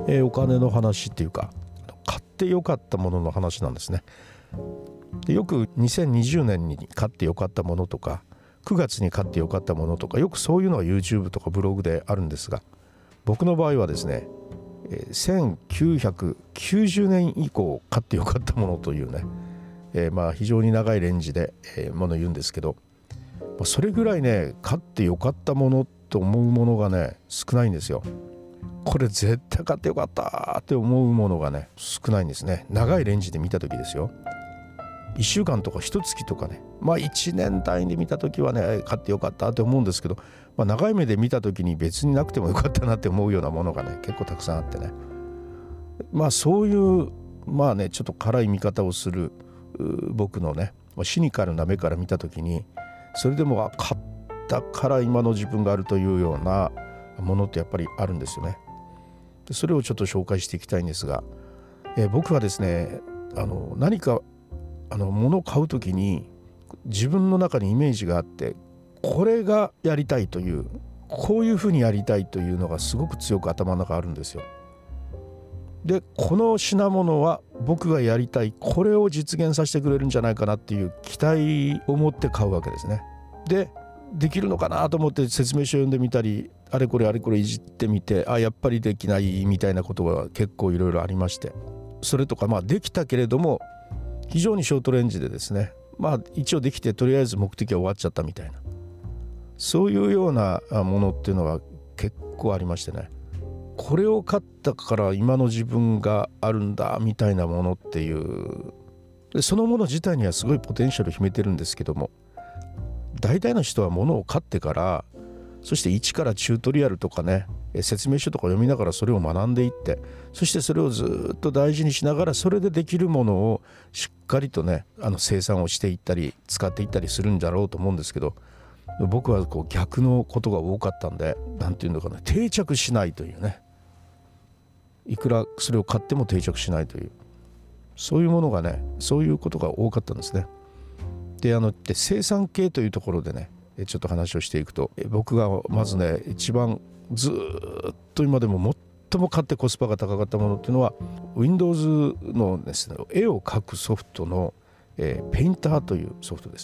お金の話っていうか買ってよかったものの話なんですね。でよく2020年に買ってよかったものとか9月に買ってよかったものとかよくそういうのが YouTube とかブログであるんですが、僕の場合はですね1990年以降買ってよかったものというね、非常に長いレンジでものを言うんですけど、それぐらいね買ってよかったものと思うものがね少ないんですよ。これ絶対買ってよかったって思うものがね少ないんですね。長いレンジで見た時ですよ。1週間とか1月とかね、1年単位で見た時はね買ってよかったって思うんですけど、長い目で見た時に別になくてもよかったなって思うようなものがね結構たくさんあってね、そういうちょっと辛い見方をする僕のねシニカルな目から見た時に、それでも買ったから今の自分があるというようなものってやっぱりあるんですよね。でそれをちょっと紹介していきたいんですが、僕はですね何か物を買うときに自分の中にイメージがあって、これがやりたいという、こういうふうにやりたいというのがすごく強く頭の中あるんですよ。でこの品物は僕がやりたい、これを実現させてくれるんじゃないかなっていう期待を持って買うわけですね。できるのかなと思って説明書読んでみたり、あれこれいじってみて、やっぱりできないみたいなことが結構いろいろありまして、それとかできたけれども非常にショートレンジでですね、一応できてとりあえず目的は終わっちゃったみたいな、そういうようなものっていうのは結構ありましてね、これを買ったから今の自分があるんだみたいなものっていう、でそのもの自体にはすごいポテンシャル秘めてるんですけども、大体の人は物を買ってから、そして一からチュートリアルとかね説明書とか読みながらそれを学んでいって、そしてそれをずっと大事にしながらそれでできるものをしっかりとね生産をしていったり使っていったりするんだろうと思うんですけど、僕は逆のことが多かったんで、なんていうのかな、定着しないというね、いくらそれを買っても定着しないという、そういうものがね、そういうことが多かったんですね。で生産系というところでねちょっと話をしていくと、僕がまずね一番ずっと今でも最も買ってコスパが高かったものっていうのは Windows のですね絵を描くソフトのペインターというソフトです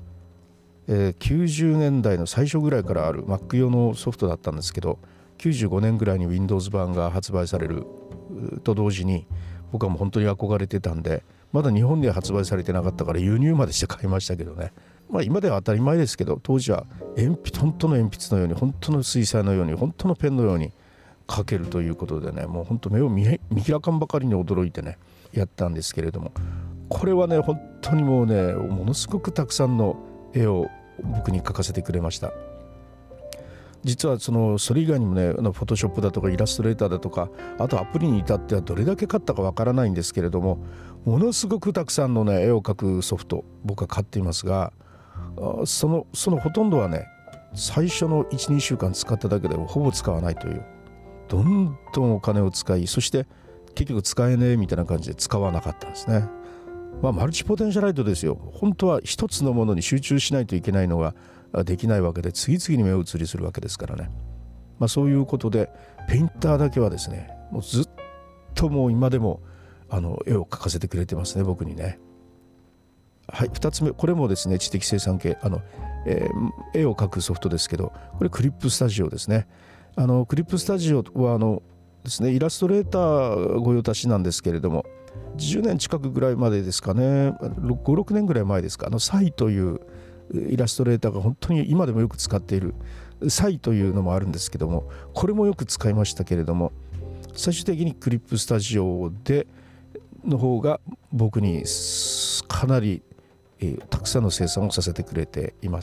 。90年代の最初ぐらいからある Mac 用のソフトだったんですけど、95年ぐらいに Windows 版が発売されると同時に僕はもう本当に憧れてたんで、まだ日本では発売されてなかったから輸入までして買いましたけどね、今では当たり前ですけど、当時は本当の鉛筆のように、本当の水彩のように、本当のペンのように書けるということでね、もう本当目を見開かんばかりに驚いてねやったんですけれども、これはね本当にもうねものすごくたくさんの絵を僕に描かせてくれました。実はそれ以外にもねフォトショップだとかイラストレーターだとか、あとアプリに至ってはどれだけ買ったかわからないんですけれども、ものすごくたくさんのね絵を描くソフト僕は買っていますが、そのほとんどはね最初の 1,2 週間使っただけでほぼ使わないという、どんどんお金を使い、そして結局使えねえみたいな感じで使わなかったんですね。マルチポテンシャライトですよ。本当は一つのものに集中しないといけないのができないわけで、次々に目移りするわけですからね。そういうことでペインターだけはですねもうずっともう今でも絵を描かせてくれてますね、僕にね。はい、2つ目、これもですね知的生産系絵を描くソフトですけど、これクリップスタジオですね。クリップスタジオはですねイラストレーター御用達なんですけれども、10年近くぐらいまでですかね、5、6年ぐらい前ですか、サイというイラストレーターが本当に今でもよく使っているサイというのもあるんですけども、これもよく使いましたけれども、最終的にクリップスタジオでの方が僕にかなりたくさんの生産をさせてくれています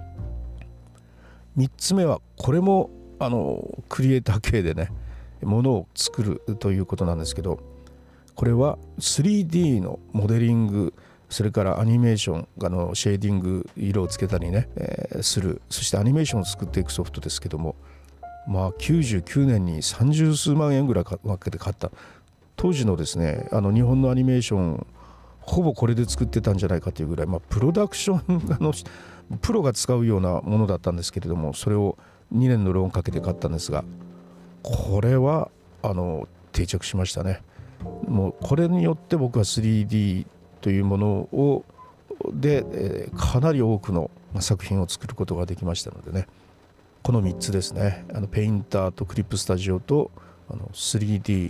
。3つ目はこれもクリエイター系でねものを作るということなんですけど、これは 3D のモデリング、それからアニメーションシェーディング、色をつけたりね、する、そしてアニメーションを作っていくソフトですけども、99年に30数万円ぐらいかけて買った当時のですね日本のアニメーションほぼこれで作ってたんじゃないかというぐらい、プロダクションプロが使うようなものだったんですけれども、それを2年のローンかけて買ったんですが、これは定着しましたね。もうこれによって僕は 3D というものをで、かなり多くの作品を作ることができましたのでね、この3つですね、ペインターとクリップスタジオと3D、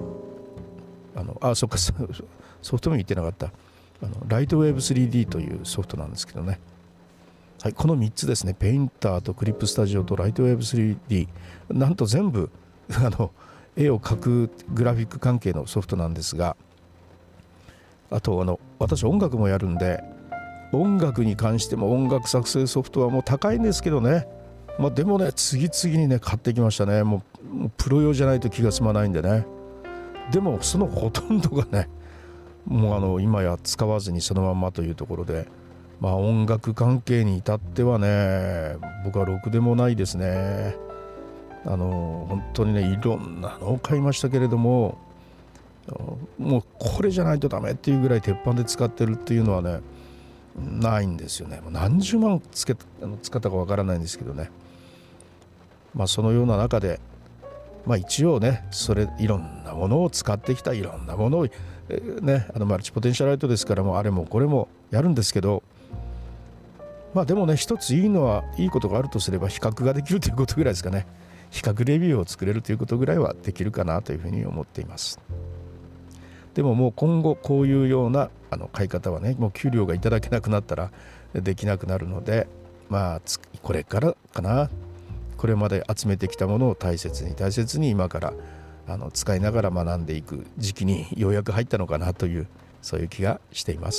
そっか、ソフトも言ってなかった、ライトウェーブ 3D というソフトなんですけどね、はい、この3つですね、ペインターとクリップスタジオとライトウェーブ 3D、なんと全部絵を描くグラフィック関係のソフトなんですが、あと私音楽もやるんで、音楽に関しても音楽作成ソフトはもう高いんですけどね、でもね、次々にね買ってきましたね。もうプロ用じゃないと気が済まないんでね。でもそのほとんどがね、もう今や使わずにそのまんまというところで、音楽関係に至ってはね、僕はろくでもないですね。本当にね、いろんなのを買いましたけれども、もうこれじゃないとダメっていうぐらい鉄板で使ってるっていうのはね、ないんですよね。もう何十万使ったかわからないんですけどね。そのような中で、一応ね、いろんなものを使ってきた、いろんなものを、ね、マルチポテンシャライトですから、もうあれもこれもやるんですけど、でもね、一ついいことがあるとすれば、比較ができるということぐらいですかね。比較レビューを作れるということぐらいはできるかなというふうに思っています。でももう今後こういうような買い方はね、もう給料がいただけなくなったらできなくなるので、これからかな、これまで集めてきたものを大切に今から使いながら学んでいく時期にようやく入ったのかなという、そういう気がしています。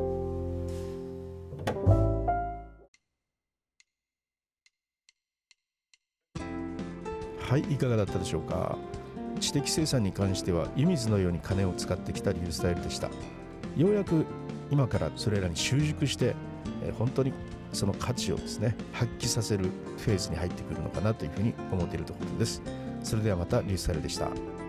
はい、いかがだったでしょうか。知的生産に関しては湯水のように金を使ってきたリュースタイルでした。ようやく今からそれらに習熟して、本当にその価値をですね、発揮させるフェーズに入ってくるのかなというふうに思っているところです。それではまたリュースタイルでした。